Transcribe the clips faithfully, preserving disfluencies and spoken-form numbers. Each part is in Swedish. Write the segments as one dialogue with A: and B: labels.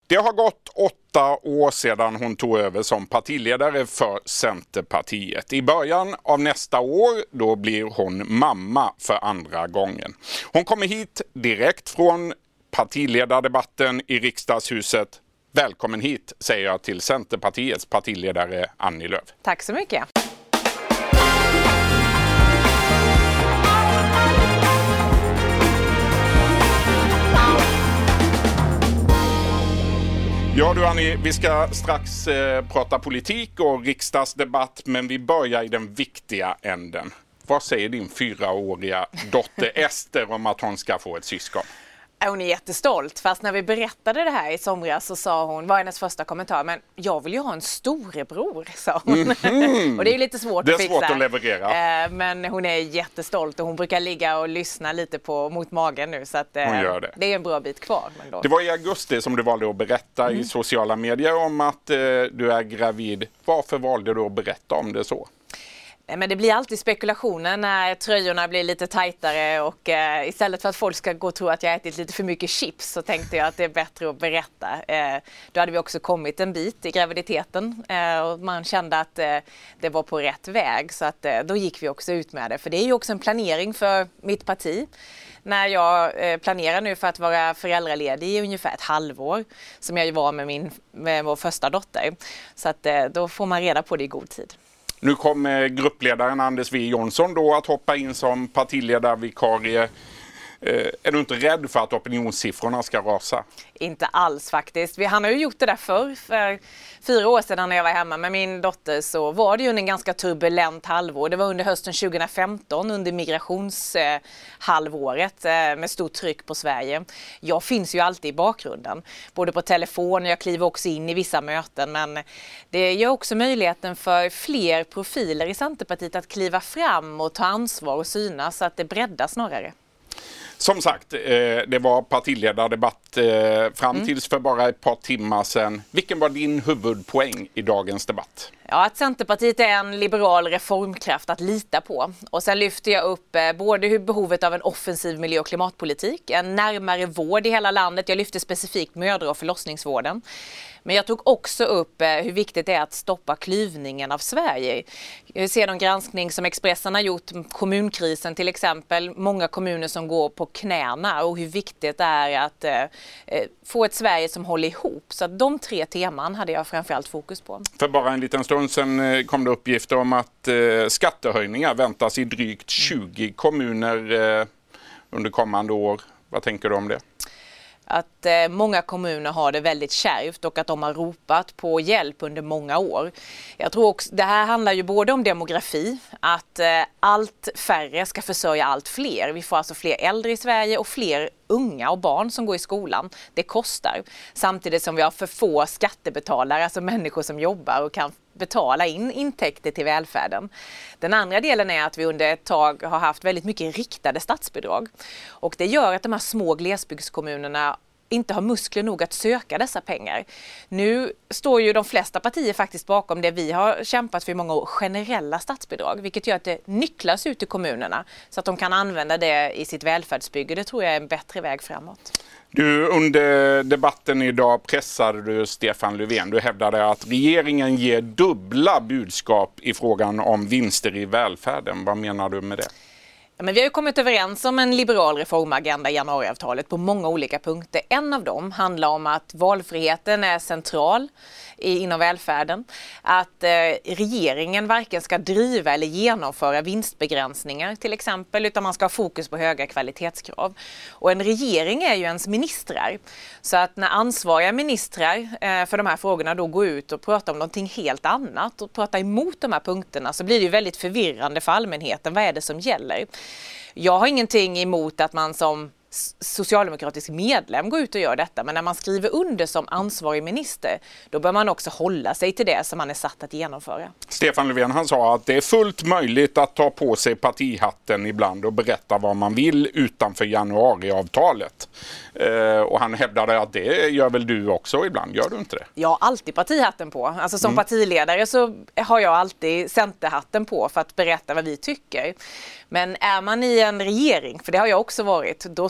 A: Det har gått åtta år sedan hon tog över som partiledare för Centerpartiet. I början av nästa år då blir hon mamma för andra gången. Hon kommer hit direkt från partiledardebatten i riksdagshuset. Välkommen hit säger jag till Centerpartiets partiledare Annie Lööf.
B: Tack så mycket.
A: Ja du Annie, vi ska strax eh, prata politik och riksdagsdebatt, men vi börjar i den viktiga änden. Vad säger din fyraåriga dotter Ester om att hon ska få ett syskon?
B: Hon är jättestolt, fast när vi berättade det här i somras så sa hon, var hennes första kommentar, men jag vill ju ha en storebror, sa hon. Mm-hmm. Och det är ju lite svårt
A: det är
B: att fixa.
A: Svårt att leverera.
B: Eh, men hon är jättestolt och hon brukar ligga och lyssna lite på mot magen nu, så att, eh,
A: hon gör det.
B: det är en bra bit kvar. Men då...
A: Det var i augusti som du valde att berätta mm. i sociala medier om att eh, du är gravid. Varför valde du att berätta om det så?
B: Men det blir alltid spekulationer när tröjorna blir lite tajtare och eh, istället för att folk ska gå och tro att jag ätit lite för mycket chips så tänkte jag att det är bättre att berätta. Eh, då hade vi också kommit en bit i graviditeten eh, och man kände att eh, det var på rätt väg, så att eh, då gick vi också ut med det. För det är ju också en planering för mitt parti. När jag eh, planerar nu för att vara föräldraledig i ungefär ett halvår, som jag ju var med, min, med vår första dotter. Så att eh, då får man reda på det i god tid.
A: Nu kommer gruppledaren Anders W. Jonsson då att hoppa in som partiledarvikarie. Eh, är du inte rädd för att opinionssiffrorna ska rasa?
B: Inte alls faktiskt. Vi, han har ju gjort det där förr. För fyra år sedan när jag var hemma med min dotter så var det ju en ganska turbulent halvår. Det var under hösten tjugo femton, under migrationshalvåret eh, med stort tryck på Sverige. Jag finns ju alltid i bakgrunden, både på telefon och jag kliver också in i vissa möten. Men det ger också möjligheten för fler profiler i Centerpartiet att kliva fram och ta ansvar och synas, så att det breddar snarare.
A: Som sagt, det var partiledardebatt fram tills för bara ett par timmar sedan. Vilken var din huvudpoäng i dagens debatt?
B: Ja, att Centerpartiet är en liberal reformkraft att lita på. Och sen lyfter jag upp både hur behovet av en offensiv miljö- och klimatpolitik, en närmare vård i hela landet. Jag lyfter specifikt mödra- och förlossningsvården. Men jag tog också upp hur viktigt det är att stoppa klyvningen av Sverige. Jag ser en granskning som Expressen har gjort, kommunkrisen till exempel, många kommuner som går på knäna, och hur viktigt det är att eh, få ett Sverige som håller ihop. Så att de tre teman hade jag framförallt fokus på.
A: För bara en liten stund sedan kom det uppgifter om att eh, skattehöjningar väntas i drygt tjugo kommuner eh, under kommande år. Vad tänker du om det?
B: Att eh, många kommuner har det väldigt kärvt och att de har ropat på hjälp under många år. Jag tror också, det här handlar ju både om demografi, att eh, allt färre ska försörja allt fler. Vi får alltså fler äldre i Sverige och fler unga och barn som går i skolan. Det kostar. Samtidigt som vi har för få skattebetalare, alltså människor som jobbar och kan betala in intäkter till välfärden. Den andra delen är att vi under ett tag har haft väldigt mycket riktade statsbidrag. Och det gör att de här små glesbygdskommunerna inte har muskler nog att söka dessa pengar. Nu står ju de flesta partier faktiskt bakom det vi har kämpat för i många år, generella statsbidrag, vilket gör att det nycklas ut i kommunerna så att de kan använda det i sitt välfärdsbygge. Det tror jag är en bättre väg framåt.
A: Du, under debatten idag pressade du Stefan Löfven. Du hävdade att regeringen ger dubbla budskap i frågan om vinster i välfärden. Vad menar du med det?
B: Ja, men vi har ju kommit överens om en liberal reformagenda i januariavtalet på många olika punkter. En av dem handlar om att valfriheten är central i, inom välfärden. Att eh, regeringen varken ska driva eller genomföra vinstbegränsningar till exempel, utan man ska ha fokus på höga kvalitetskrav. Och en regering är ju ens ministrar. Så att när ansvariga ministrar eh, för de här frågorna då går ut och pratar om någonting helt annat och pratar emot de här punkterna, så blir det ju väldigt förvirrande för allmänheten. Vad är det som gäller? Jag har ingenting emot att man som socialdemokratisk medlem går ut och gör detta, men när man skriver under som ansvarig minister, då bör man också hålla sig till det som man är satt att genomföra.
A: Stefan Löfven, han sa att det är fullt möjligt att ta på sig partihatten ibland och berätta vad man vill utanför januariavtalet. Eh, och han hävdade att det gör väl du också ibland, gör du inte det?
B: Jag har alltid partihatten på. Alltså som
A: Mm.
B: partiledare så har jag alltid centerhatten på för att berätta vad vi tycker. Men är man i en regering, för det har jag också varit, då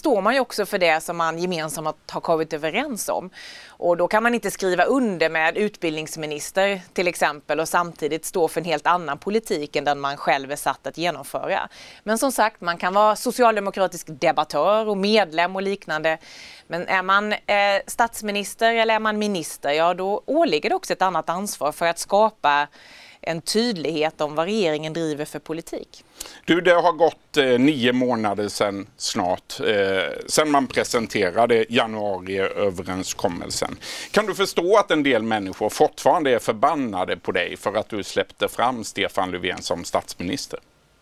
B: står man ju också för det som man gemensamt har kommit överens om. Och då kan man inte skriva under med utbildningsminister till exempel och samtidigt stå för en helt annan politik än den man själv är satt att genomföra. Men som sagt, man kan vara socialdemokratisk debattör och medlem och liknande. Men är man eh, statsminister eller är man minister, ja då åligger det också ett annat ansvar för att skapa en tydlighet om vad regeringen driver för politik.
A: Du, det har gått eh, nio månader sedan snart, eh, sedan man presenterade januariöverenskommelsen. Kan du förstå att en del människor fortfarande är förbannade på dig för att du släppte fram Stefan Löfven som statsminister?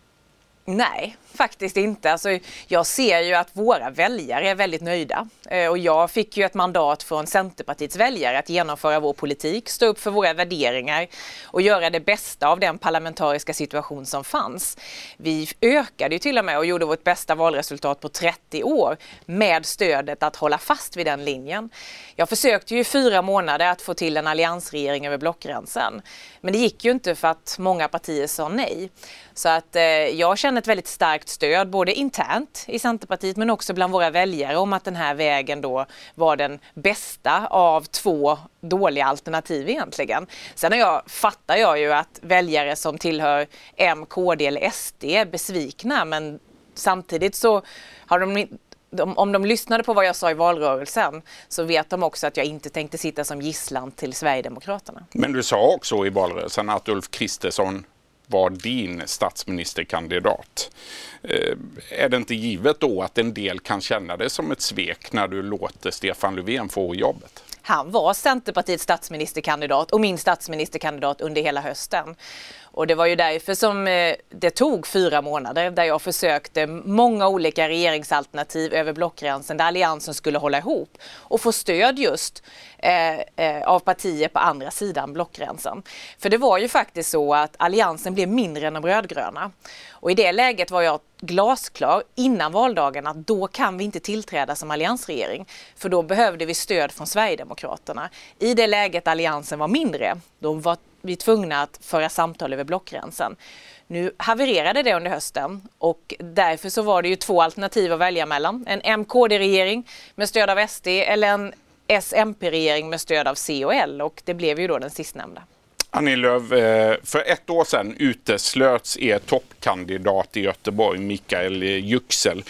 B: Nej, faktiskt inte. Alltså, jag ser ju att våra väljare är väldigt nöjda. Eh, och jag fick ju ett mandat från Centerpartiets väljare att genomföra vår politik, stå upp för våra värderingar och göra det bästa av den parlamentariska situation som fanns. Vi ökade ju till och med och gjorde vårt bästa valresultat på trettio år med stödet att hålla fast vid den linjen. Jag försökte ju i fyra månader att få till en alliansregering över blockgränsen. Men det gick ju inte för att många partier sa nej. Så att eh, jag känner ett väldigt starkt stöd både internt i Centerpartiet men också bland våra väljare om att den här vägen då var den bästa av två dåliga alternativ egentligen. Sen jag, fattar jag ju att väljare som tillhör M, K D eller S D är besvikna, men samtidigt så har de De, om de lyssnade på vad jag sa i valrörelsen så vet de också att jag inte tänkte sitta som gisslan till Sverigedemokraterna.
A: Men du sa också i valrörelsen att Ulf Kristersson var din statsministerkandidat. Eh, är det inte givet då att en del kan känna det som ett svek när du låter Stefan Löfven få jobbet?
B: Han var Centerpartiets statsministerkandidat och min statsministerkandidat under hela hösten. Och det var ju därför som det tog fyra månader där jag försökte många olika regeringsalternativ över blockgränsen där alliansen skulle hålla ihop och få stöd just eh, eh, av partier på andra sidan blockgränsen. För det var ju faktiskt så att alliansen blev mindre än de rödgröna. Och i det läget var jag glasklar innan valdagen att då kan vi inte tillträda som alliansregering. För då behövde vi stöd från Sverigedemokraterna. I det läget alliansen var mindre, då var vi tvungna att föra samtal över blockgränsen. Nu havererade det under hösten och därför så var det ju två alternativ att välja mellan. En M K D-regering med stöd av S D eller en S M P-regering med stöd av C och L, och det blev ju då den sistnämnda.
A: Annie Lööf, för ett år sedan uteslöts er toppkandidat i Göteborg, Mikael Yüksel.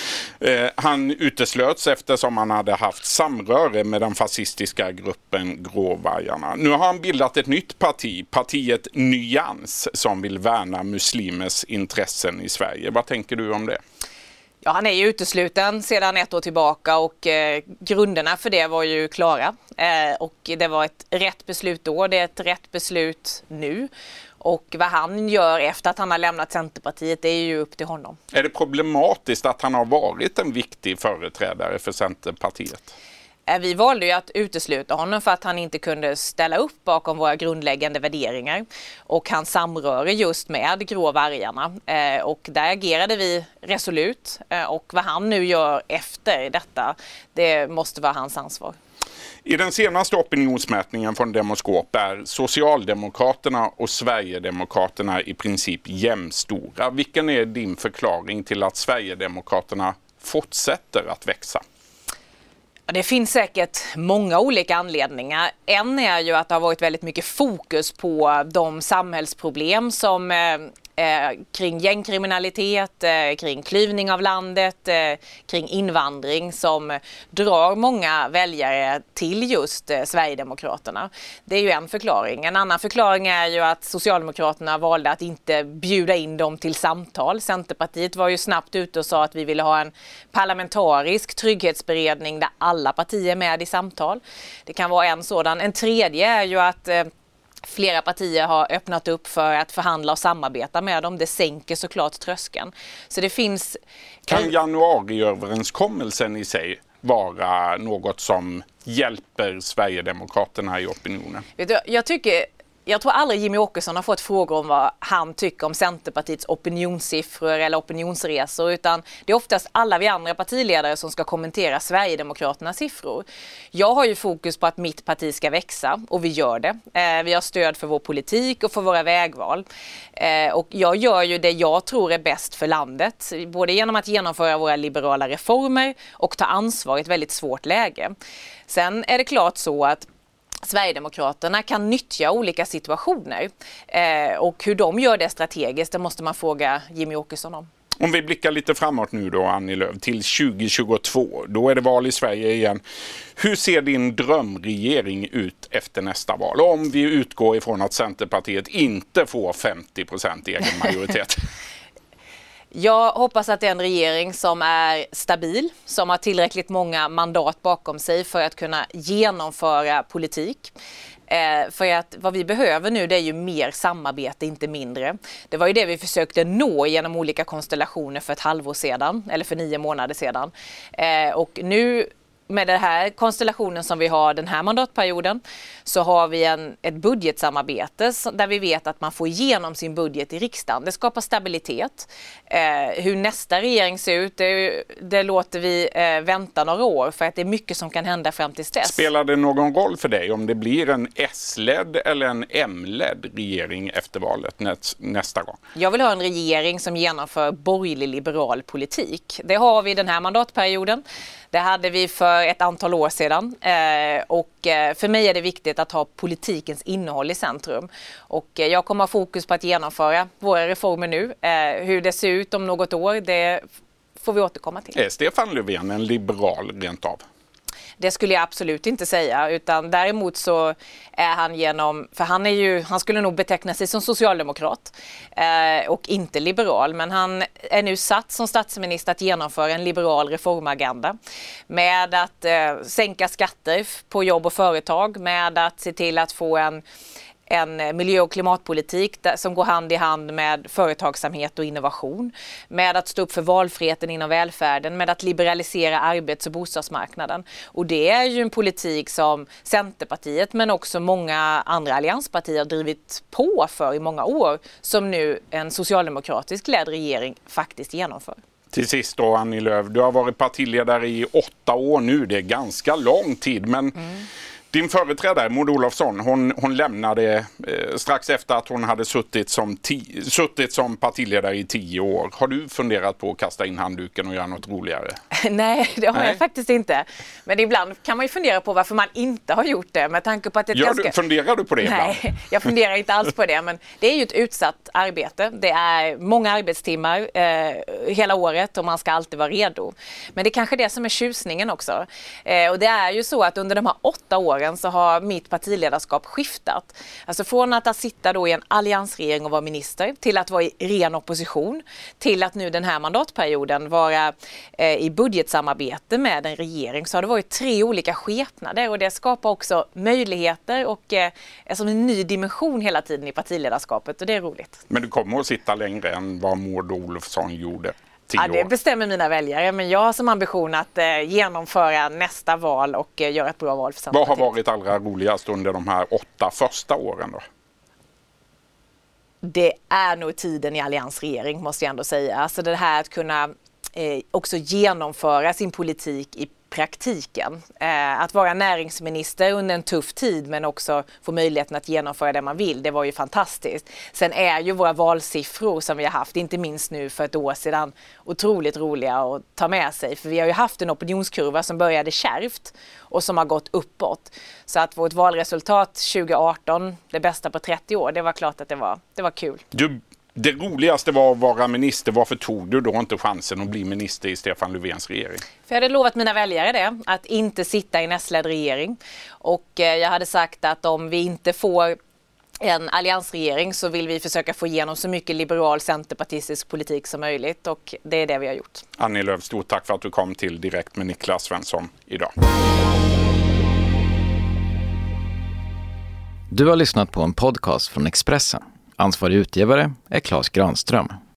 A: Han uteslöts eftersom han hade haft samröre med den fascistiska gruppen Gråvargarna. Nu har han bildat ett nytt parti, partiet Nyans, som vill värna muslimers intressen i Sverige. Vad tänker du om det?
B: Ja, han är ju utesluten sedan ett år tillbaka och eh, grunderna för det var ju klara. Eh, och det var ett rätt beslut då, det är ett rätt beslut nu. Och vad han gör efter att han har lämnat Centerpartiet, det är ju upp till honom.
A: Är det problematiskt att han har varit en viktig företrädare för Centerpartiet?
B: Vi valde ju att utesluta honom för att han inte kunde ställa upp bakom våra grundläggande värderingar och hans samröre just med Gråvargarna. Och där agerade vi resolut, och vad han nu gör efter detta, det måste vara hans ansvar.
A: I den senaste opinionsmätningen från Demoskop är Socialdemokraterna och Sverigedemokraterna i princip jämnstora. Vilken är din förklaring till att Sverigedemokraterna fortsätter att växa?
B: Det finns säkert många olika anledningar. En är ju att det har varit väldigt mycket fokus på de samhällsproblem som eh, kring gängkriminalitet, eh, kring klyvning av landet, eh, kring invandring som drar många väljare till just eh, Sverigedemokraterna. Det är ju en förklaring. En annan förklaring är ju att Socialdemokraterna valde att inte bjuda in dem till samtal. Centerpartiet var ju snabbt ute och sa att vi ville ha en parlamentarisk trygghetsberedning där alla partier är med i samtal. Det kan vara en sådan. En tredje är ju att eh, flera partier har öppnat upp för att förhandla och samarbeta med dem. Det sänker såklart tröskeln. Så det finns...
A: Kan januariöverenskommelsen i sig vara något som hjälper Sverigedemokraterna i opinionen?
B: Vet du, jag tycker Jag tror aldrig Jimmie Åkesson har fått frågor om vad han tycker om Centerpartiets opinionssiffror eller opinionsresor, utan det är oftast alla vi andra partiledare som ska kommentera Sverigedemokraternas siffror. Jag har ju fokus på att mitt parti ska växa, och vi gör det. Eh, vi har stöd för vår politik och för våra vägval. Eh, och jag gör ju det jag tror är bäst för landet, både genom att genomföra våra liberala reformer och ta ansvar i ett väldigt svårt läge. Sen är det klart så att Sverigedemokraterna kan nyttja olika situationer, eh, och hur de gör det strategiskt, det måste man fråga Jimmie Åkesson om.
A: Om vi blickar lite framåt nu då, Annie Lööf, till tjugo tjugotvå, då är det val i Sverige igen. Hur ser din drömregering ut efter nästa val? Om vi utgår ifrån att Centerpartiet inte får femtio procent egen majoritet.
B: Jag hoppas att det är en regering som är stabil, som har tillräckligt många mandat bakom sig för att kunna genomföra politik. Eh, för att vad vi behöver nu, det är ju mer samarbete, inte mindre. Det var ju det vi försökte nå genom olika konstellationer för ett halvår sedan, eller för nio månader sedan. Eh, och nu med den här konstellationen som vi har den här mandatperioden, så har vi en, ett budgetsamarbete där vi vet att man får igenom sin budget i riksdagen. Det skapar stabilitet. Eh, hur nästa regering ser ut, det, det låter vi eh, vänta några år, för att det är mycket som kan hända fram till dess.
A: Spelar det någon roll för dig om det blir en S-ledd eller en M-ledd regering efter valet nä, nästa gång?
B: Jag vill ha en regering som genomför borgerlig liberal politik. Det har vi den här mandatperioden. Det hade vi för ett antal år sedan, eh, och eh, för mig är det viktigt att ha politikens innehåll i centrum. Och eh, jag kommer ha fokus på att genomföra våra reformer nu. Eh, hur det ser ut om något år, det får vi återkomma till.
A: Är Stefan Löfven en liberal rent av?
B: Det skulle jag absolut inte säga, utan däremot så är han genom, för han är ju, han skulle nog beteckna sig som socialdemokrat eh, och inte liberal, men han är nu satt som statsminister att genomföra en liberal reformagenda med att eh, sänka skatter på jobb och företag, med att se till att få en en miljö- och klimatpolitik som går hand i hand med företagsamhet och innovation, med att stå upp för valfriheten inom välfärden, med att liberalisera arbets- och bostadsmarknaden. Och det är ju en politik som Centerpartiet men också många andra allianspartier har drivit på för i många år, som nu en socialdemokratisk ledd regering faktiskt genomför.
A: Till sist då, Annie Lööf, du har varit partiledare i åtta år nu, det är ganska lång tid, men mm. Din företrädare Maud Olofsson, hon, hon lämnade eh, strax efter att hon hade suttit som, ti, suttit som partiledare i tio år. Har du funderat på att kasta in handduken och göra något roligare?
B: Nej, det har
A: Nej.
B: jag faktiskt inte. Men ibland kan man ju fundera på varför man inte har gjort det. Med tanke på att det är
A: Gör
B: ganska...
A: du, funderar du på det ibland?
B: Nej, jag funderar inte alls på det. Men det är ju ett utsatt arbete. Det är många arbetstimmar eh, hela året och man ska alltid vara redo. Men det är kanske det som är tjusningen också. Eh, och det är ju så att under de här åtta åren så har mitt partiledarskap skiftat. Alltså från att sitta då i en alliansregering och vara minister till att vara i ren opposition, till att nu den här mandatperioden vara eh, i budgetsamarbete med en regering, så har det varit tre olika skepnader, och det skapar också möjligheter och eh, alltså en ny dimension hela tiden i partiledarskapet, och det är roligt.
A: Men du kommer att sitta längre än vad Maud Olofsson gjorde?
B: Ja, det bestämmer mina väljare, men jag har som ambition att eh, genomföra nästa val och eh, göra ett bra val för Centerpartiet.
A: Vad har varit allra roligast under de här åtta första åren då?
B: Det är nog tiden i alliansregering, måste jag ändå säga. Alltså det här att kunna eh, också genomföra sin politik i praktiken. Eh, att vara näringsminister under en tuff tid men också få möjligheten att genomföra det man vill, det var ju fantastiskt. Sen är ju våra valsiffror som vi har haft, inte minst nu för ett år sedan, otroligt roliga att ta med sig. För vi har ju haft en opinionskurva som började kärvt och som har gått uppåt. Så att vårt valresultat tjugo arton, det bästa på trettio år, det var klart att det var, det var kul.
A: Du, det roligaste var att vara minister. Varför tog du då inte chansen att bli minister i Stefan Löfvens regering?
B: För jag hade lovat mina väljare det, att inte sitta i en S-ledd regering. Och eh, jag hade sagt att om vi inte får en alliansregering så vill vi försöka få igenom så mycket liberal centerpartistisk politik som möjligt, och det är det vi har gjort.
A: Annie Lööf, stort tack för att du kom till Direkt med Niklas Svensson idag.
C: Du har lyssnat på en podcast från Expressen. Ansvarig utgivare är Claes Granström.